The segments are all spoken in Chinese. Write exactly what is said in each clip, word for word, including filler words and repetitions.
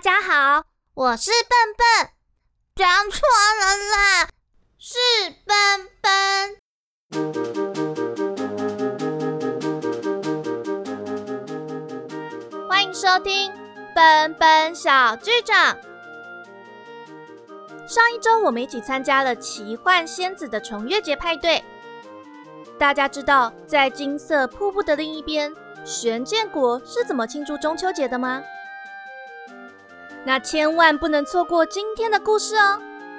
家好，我是笨笨，讲错了啦，是笨笨。欢迎收听笨笨小剧场。上一周我们一起参加了奇幻仙子的重月节派对。大家知道在金色瀑布的另一边，玄剑国是怎么庆祝中秋节的吗？那千万不能错过今天的故事哦！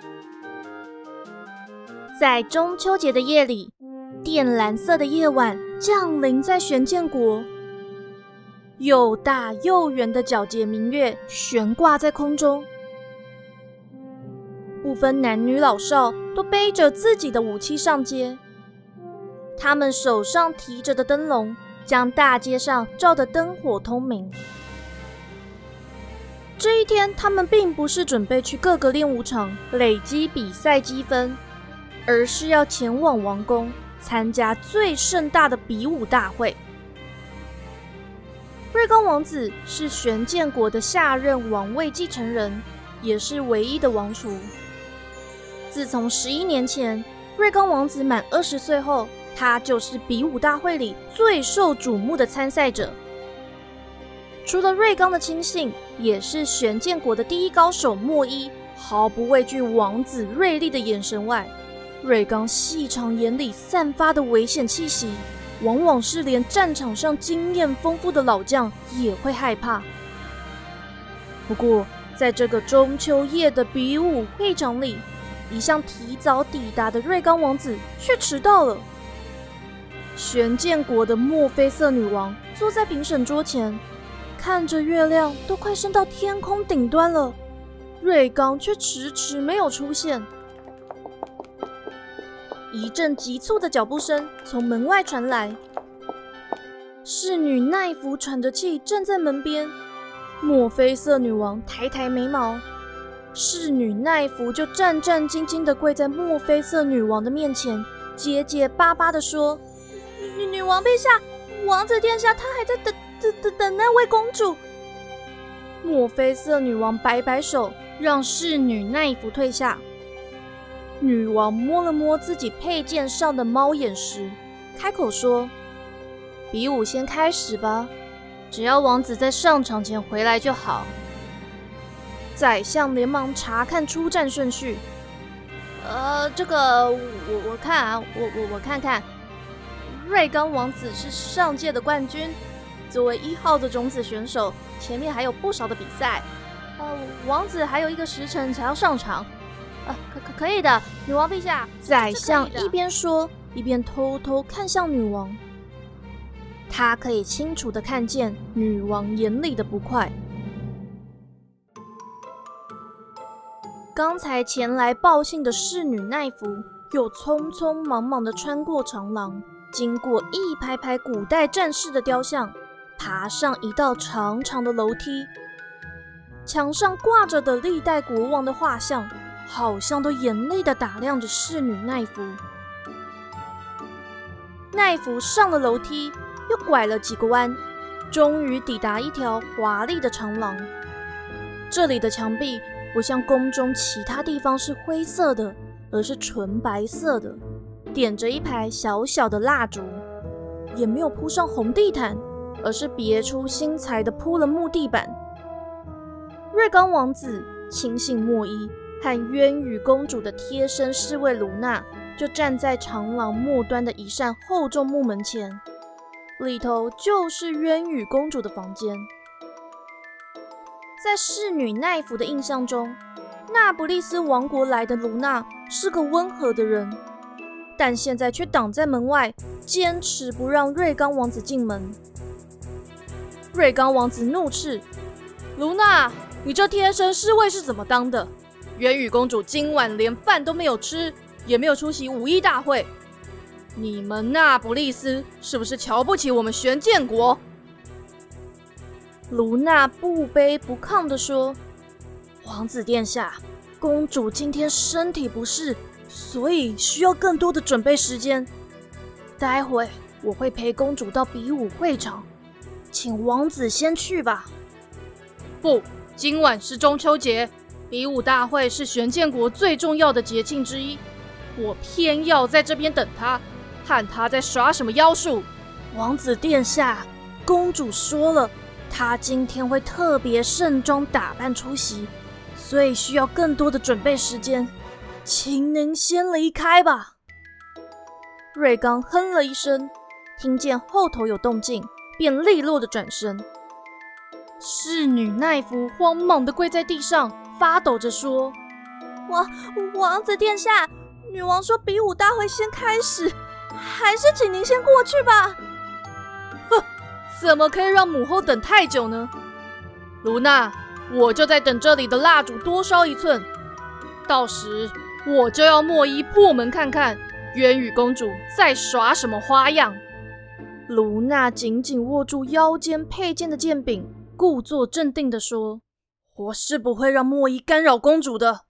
在中秋节的夜里，靛蓝色的夜晚降临在玄剑国，又大又圆的皎洁明月悬挂在空中，不分男女老少都背着自己的武器上街，他们手上提着的灯笼将大街上照得灯火通明。这一天，他们并不是准备去各个练武场累积比赛积分，而是要前往王宫参加最盛大的比武大会。瑞刚王子是玄剑国的下任王位继承人，也是唯一的王储。自从十一年前瑞刚王子满二十岁后，他就是比武大会里最受瞩目的参赛者。除了瑞刚的亲信，也是玄剑国的第一高手莫伊毫不畏惧王子锐利的眼神外，瑞刚细长眼里散发的危险气息，往往是连战场上经验丰富的老将也会害怕。不过，在这个中秋夜的比武会场里，一向提早抵达的瑞刚王子却迟到了。玄剑国的墨菲瑟女王坐在评审桌前，看着月亮都快升到天空顶端了，瑞刚却迟迟没有出现。一阵急促的脚步声从门外传来，侍女奈芙喘着气站在门边。墨菲瑟女王抬抬眉毛，侍女奈芙就战战兢兢地跪在墨菲瑟女王的面前，结结巴巴地说：女女王陛下，王子殿下他还在等等等等那位公主。墨菲瑟女王摆摆手，让侍女奈芙退下。女王摸了摸自己佩剑上的猫眼石，开口说：比武先开始吧，只要王子在上场前回来就好。宰相连忙查看出战顺序。呃，这个我我看啊，我我我看看。瑞刚王子是上届的冠军，作为一号的种子选手，前面还有不少的比赛。呃，王子还有一个时辰才要上场。呃，可可可以的，女王陛下。宰相一边说，一边偷偷看向女王。他可以清楚地看见女王眼里的不快。刚才前来报信的侍女奈芙，又匆匆忙忙地穿过长廊，经过一排排古代战士的雕像，爬上一道长长的楼梯。墙上挂着的历代国王的画像，好像都严厉地打量着侍女奈芙。奈芙上了楼梯，又拐了几个弯，终于抵达一条华丽的长廊。这里的墙壁不像宫中其他地方是灰色的，而是纯白色的，点着一排小小的蜡烛，也没有铺上红地毯，而是别出心裁地铺了木地板。瑞刚王子、亲信莫伊和渊羽公主的贴身侍卫卢娜就站在长廊末端的一扇厚重木门前，里头就是渊羽公主的房间。在侍女奈芙的印象中，那不勒斯王国来的卢娜是个温和的人，但现在却挡在门外，坚持不让瑞刚王子进门。瑞刚王子怒斥：卢娜，你这贴身侍卫是怎么当的？渊羽公主今晚连饭都没有吃，也没有出席武艺大会，你们那不勒斯是不是瞧不起我们玄剑国？卢娜不卑不亢地说：王子殿下，公主今天身体不适，所以需要更多的准备时间。待会我会陪公主到比武会场，请王子先去吧。不， 今晚是中秋节，比武大会是玄剑国最重要的节庆之一，我偏要在这边等他，看他在耍什么妖术。王子殿下，公主说了，她今天会特别盛装打扮出席，所以需要更多的准备时间，请您先离开吧。瑞刚哼了一声，听见后头有动静，便利落的转身。侍女奈芙慌忙的跪在地上，发抖着说：王王子殿下，女王说比武大会先开始，还是请您先过去吧。哼，怎么可以让母后等太久呢？卢娜，我就在等这里的蜡烛多烧一寸，到时我就要莫伊破门看看渊羽公主在耍什么花样。卢娜紧紧握住腰间佩剑的剑柄，故作镇定地说：我是不会让莫伊干扰公主的。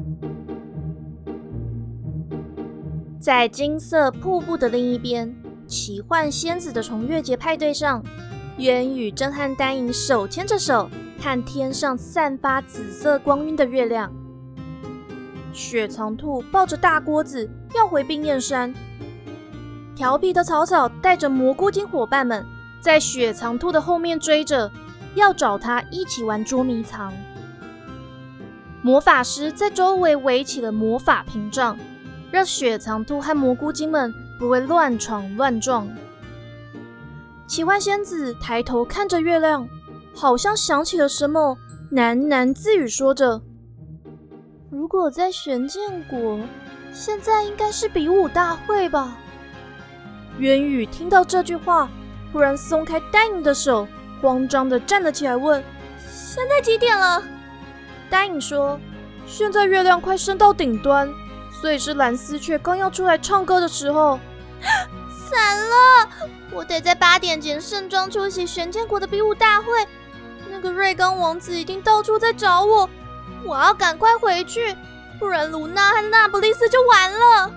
在金色瀑布的另一边，奇幻仙子的重月节派对上，渊羽正和丹影手牵着手，看天上散发紫色光晕的月亮。雪藏兔抱着大锅子要回冰焰山，调皮的草草带着蘑菇精伙伴们在雪藏兔的后面追着，要找他一起玩捉迷藏。魔法师在周围围起了魔法屏障，让雪藏兔和蘑菇精们不会乱闯乱撞。奇幻仙子抬头看着月亮，好像想起了什么，喃喃自语说着：如果在玄剑国，现在应该是比武大会吧。渊羽听到这句话，突然松开丹影的手，慌张地站了起来问：现在几点了？丹影说：现在月亮快升到顶端，所以是蓝丝雀刚要出来唱歌的时候。惨了，我得在八点前盛装出席玄剑国的比武大会，那个瑞刚王子一定到处在找我，我要赶快回去，不然卢娜和那不勒斯就完了。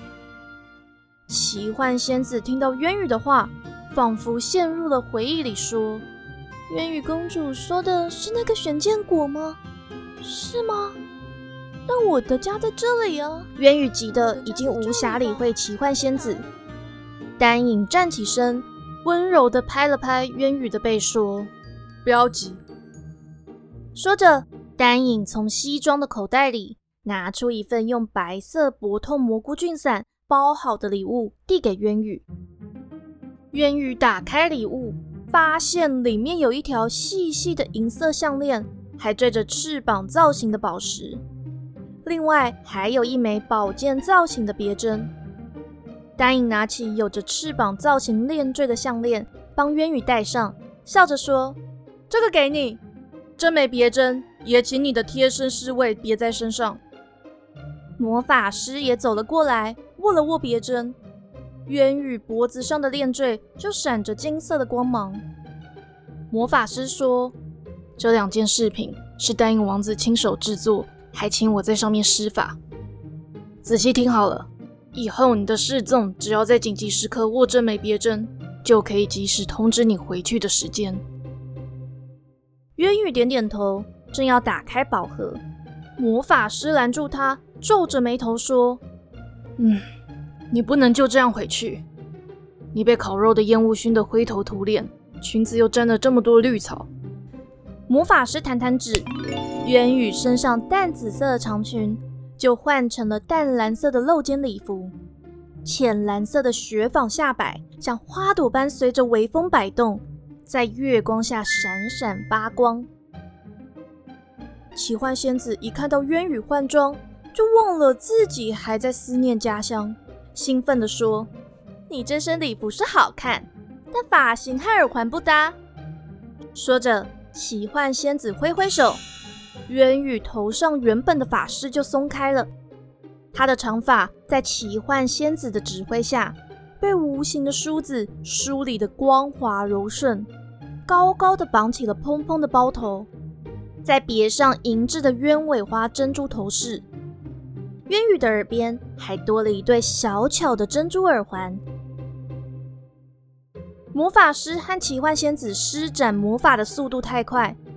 奇幻仙子听到渊羽的话，仿佛陷入了回忆里，说：渊羽公主说的是那个玄剑国吗？是吗？但我的家在这里啊。渊羽急得已经无暇理会奇幻仙子。丹影站起身，温柔地拍了拍渊羽的背，说：不要急。说着，丹影从西装的口袋里拿出一份用白色薄透蘑菇菌伞包好的礼物，递给渊羽。渊羽打开礼物，发现里面有一条细细的银色项链，还缀着翅膀造型的宝石，另外还有一枚宝剑造型的别针。丹影拿起有着翅膀造型链坠的项链，帮渊羽戴上，笑着说：这个给你，这枚别针也请你的贴身侍卫别在身上。魔法师也走了过来，握了握别针，渊羽脖子上的链坠就闪着金色的光芒。魔法师说：这两件饰品是丹影王子亲手制作，还请我在上面施法。仔细听好了，以后你的侍从只要在紧急时刻握这枚别针，就可以及时通知你回去的时间。渊羽点点头，正要打开宝盒，魔法师拦住他，皱着眉头说：嗯，你不能就这样回去。你被烤肉的烟雾熏得灰头土脸，裙子又沾了这么多绿草。魔法师弹弹指，渊羽身上淡紫色的长裙就换成了淡蓝色的露肩礼服，浅蓝色的雪纺下摆像花朵般随着微风摆动，在月光下闪闪发光。奇幻仙子一看到渊羽换装，就忘了自己还在思念家乡，兴奋地说：你这身礼服是好看，但发型和耳环不搭。说着，奇幻仙子挥挥手，渊羽头上原本的发饰就松开了，他的长发在奇幻仙子的指挥下，被无形的梳子梳理得光滑柔顺，高高的绑起了蓬蓬的包头，再别上银质的鸢尾花珍珠头饰。渊羽的耳边还多了一对小巧的珍珠耳环。魔法师和奇幻仙子施展魔法的速度太快，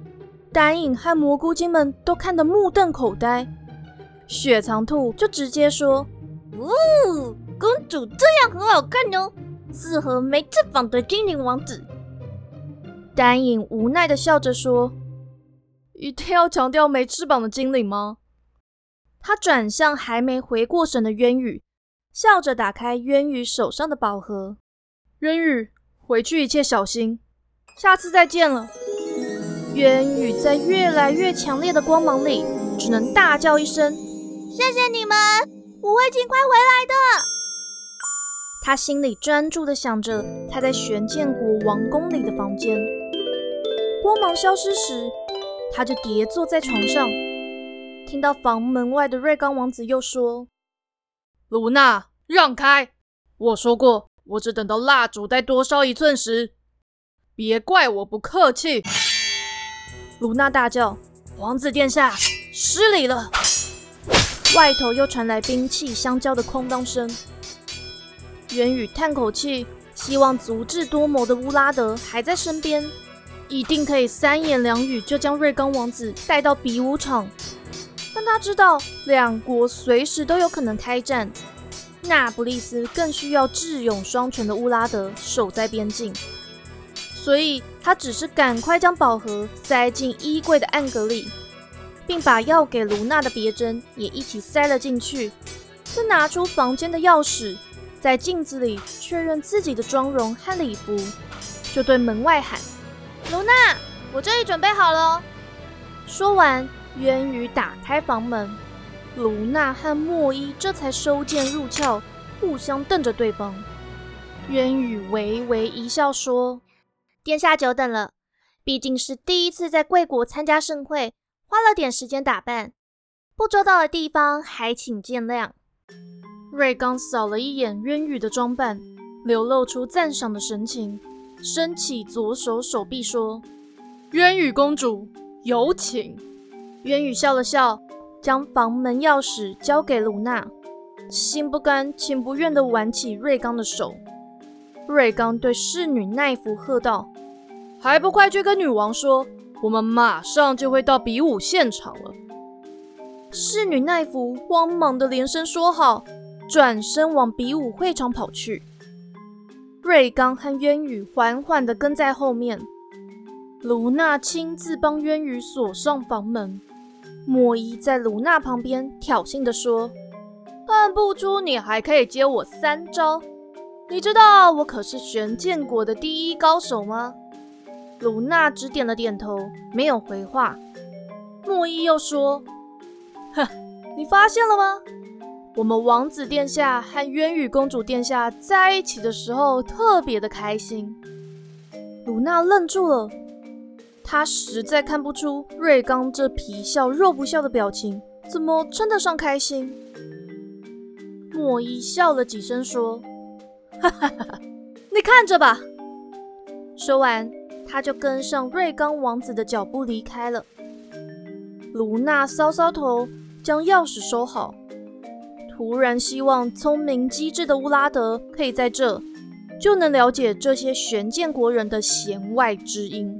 丹影和蘑菇精们都看得目瞪口呆。雪藏兔就直接说： 哦，公主这样很好看哦，适合没翅膀的精灵王子。 丹影无奈地笑着说：一定要强调没翅膀的精灵吗？他转向还没回过神的渊羽，笑着打开渊羽手上的宝盒。渊羽，回去一切小心，下次再见了。渊羽在越来越强烈的光芒里，只能大叫一声： 谢谢你们，我会尽快回来的。 他心里专注地想着他在玄剑国王宫里的房间。光芒消失时，他就跌坐在床上，听到房门外的瑞刚王子又说：卢娜，让开！我说过，我只等到蜡烛再多烧一寸时，别怪我不客气。卢娜大叫：王子殿下，失礼了！外头又传来兵器相交的哐当声。渊羽叹口气，希望足智多谋的乌拉德还在身边，一定可以三言两语就将瑞刚王子带到比武场。但他知道两国随时都有可能开战，那不勒斯更需要智勇双全的乌拉德守在边境，所以他只是赶快将宝盒塞进衣柜的暗格里，并把要给卢娜的别针也一起塞了进去，再拿出房间的钥匙，在镜子里确认自己的妆容和礼服，就对门外喊： 卢娜，我这里准备好了。 说完，渊羽打开房门，卢娜和莫伊这才收剑入鞘，互相瞪着对方。渊羽微微一笑说： 殿下久等了，毕竟是第一次在贵国参加盛会，花了点时间打扮，不周到的地方还请见谅。 瑞刚扫了一眼渊羽的装扮，流露出赞赏的神情，伸起左手手臂说：渊羽公主，有请。渊羽笑了笑，将房门钥匙交给卢娜，心不甘情不愿地挽起瑞刚的手。瑞刚对侍女奈芙喝道：还不快去跟女王说，我们马上就会到比武现场了。侍女奈芙慌忙地连声说好，转身往比武会场跑去。瑞刚和渊羽缓缓地跟在后面。卢娜亲自帮渊羽锁上房门。莫伊在卢娜旁边挑衅地说：看不出你还可以接我三招，你知道我可是玄剑国的第一高手吗？卢娜只点了点头，没有回话。莫伊又说：哼，你发现了吗？我们王子殿下和渊羽公主殿下在一起的时候特别的开心。卢娜愣住了，她实在看不出瑞刚这皮笑肉不笑的表情怎么称得上开心。莫伊笑了几声说：哈哈哈，你看着吧。说完，他就跟上瑞刚王子的脚步离开了。卢娜搔搔头，将钥匙收好，突然希望聪明机智的乌拉德可以在这就能了解这些玄剑国人的弦外之音。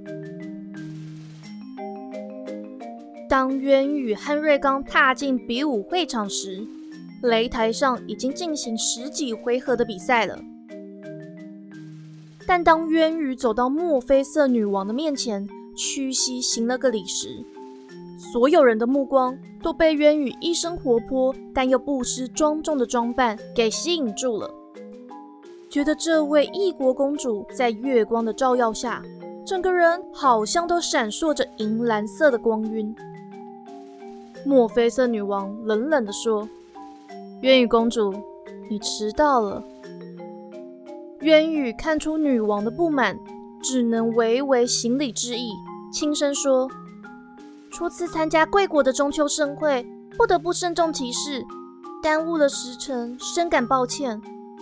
当渊羽和瑞刚踏进比武会场时，擂台上已经进行十几回合的比赛了。但当渊羽走到墨菲瑟女王的面前，屈膝行了个礼时，所有人的目光都被渊羽一身活泼但又不失庄重的装扮给吸引住了，觉得这位异国公主在月光的照耀下，整个人好像都闪烁着银蓝色的光晕。墨菲瑟女王冷冷地说：渊羽公主，你迟到了。渊羽看出女王的不满，只能微微行礼致意，轻声说：初次参加贵国的中秋盛会，不得不慎重其事，耽误了时辰，深感抱歉。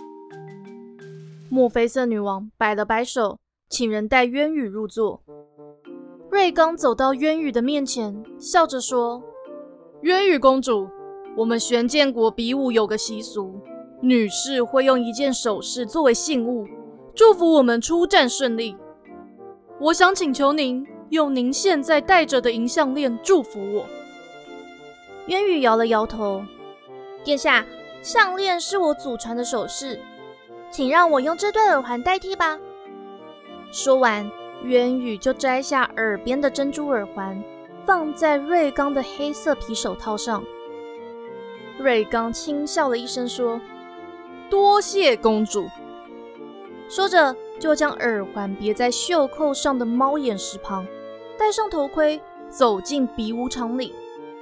墨菲瑟女王摆了摆手，请人带渊羽入座。瑞刚走到渊羽的面前，笑着说：渊羽公主，我们玄剑国比武有个习俗，女士会用一件首饰作为信物，祝福我们出战顺利。我想请求您用您现在戴着的银项链祝福我。 渊羽摇了摇头，殿下，项链是我祖传的首饰，请让我用这对耳环代替吧。说完，渊羽就摘下耳边的珍珠耳环，放在瑞刚的黑色皮手套上。瑞刚轻笑了一声说， 多谢公主。 说着就将耳环别在袖扣上的猫眼石旁，戴上头盔，走进比武场里。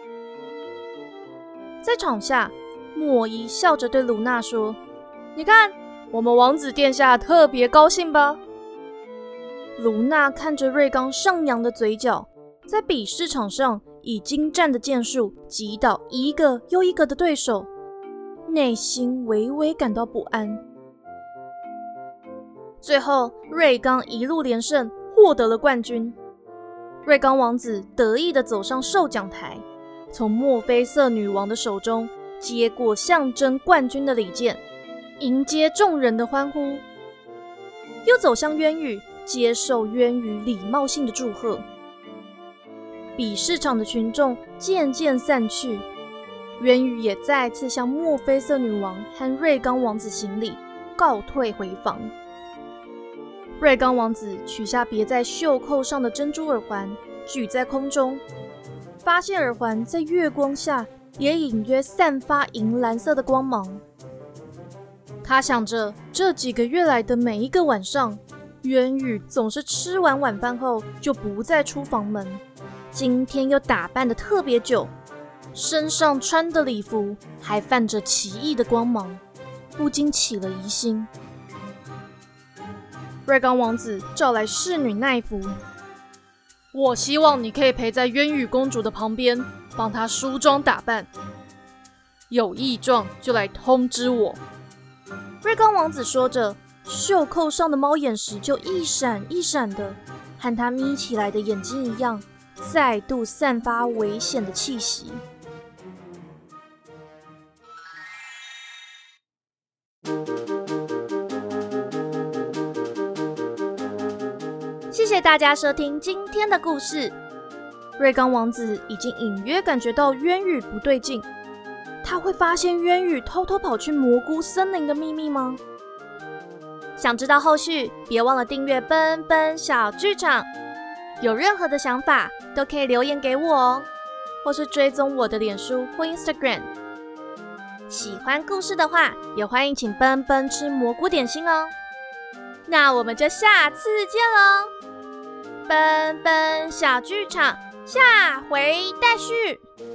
在场下，莫伊笑着对卢娜说， 你看，我们王子殿下特别高兴吧。 卢娜看着瑞刚上扬的嘴角，在比试场上以精湛的剑术击倒一个又一个的对手，内心微微感到不安。最后，瑞刚一路连胜，获得了冠军。瑞刚王子得意地走上授奖台，从墨菲瑟女王的手中接过象征冠军的礼件，迎接众人的欢呼，又走向渊羽，接受渊羽礼貌性的祝贺。比试场的群众渐渐散去，渊羽也再次向墨菲瑟女王和瑞刚王子行礼，告退回房。瑞刚王子取下别在袖扣上的珍珠耳环，举在空中，发现耳环在月光下也隐约散发银蓝色的光芒。他想着，这几个月来的每一个晚上，渊羽总是吃完晚饭后就不再出房门，今天又打扮得特别久，身上穿的礼服还泛着奇异的光芒，不禁起了疑心。瑞刚王子召来侍女奈芙， 我希望你可以陪在渊羽公主的旁边，帮她梳妆打扮。有异状就来通知我。 瑞刚王子说着，袖扣上的猫眼石就一闪一闪的，和他眯起来的眼睛一样，再度散发危险的气息。谢谢大家收听今天的故事。瑞刚王子已经隐约感觉到渊羽不对劲，他会发现渊羽偷偷跑去蘑菇森林的秘密吗？想知道后续，别忘了订阅奔奔小剧场。有任何的想法都可以留言给我哦，或是追踪我的脸书或 Instagram。喜欢故事的话，也欢迎请奔奔吃蘑菇点心哦。那我们就下次见喽！奔奔小剧场，下回待续。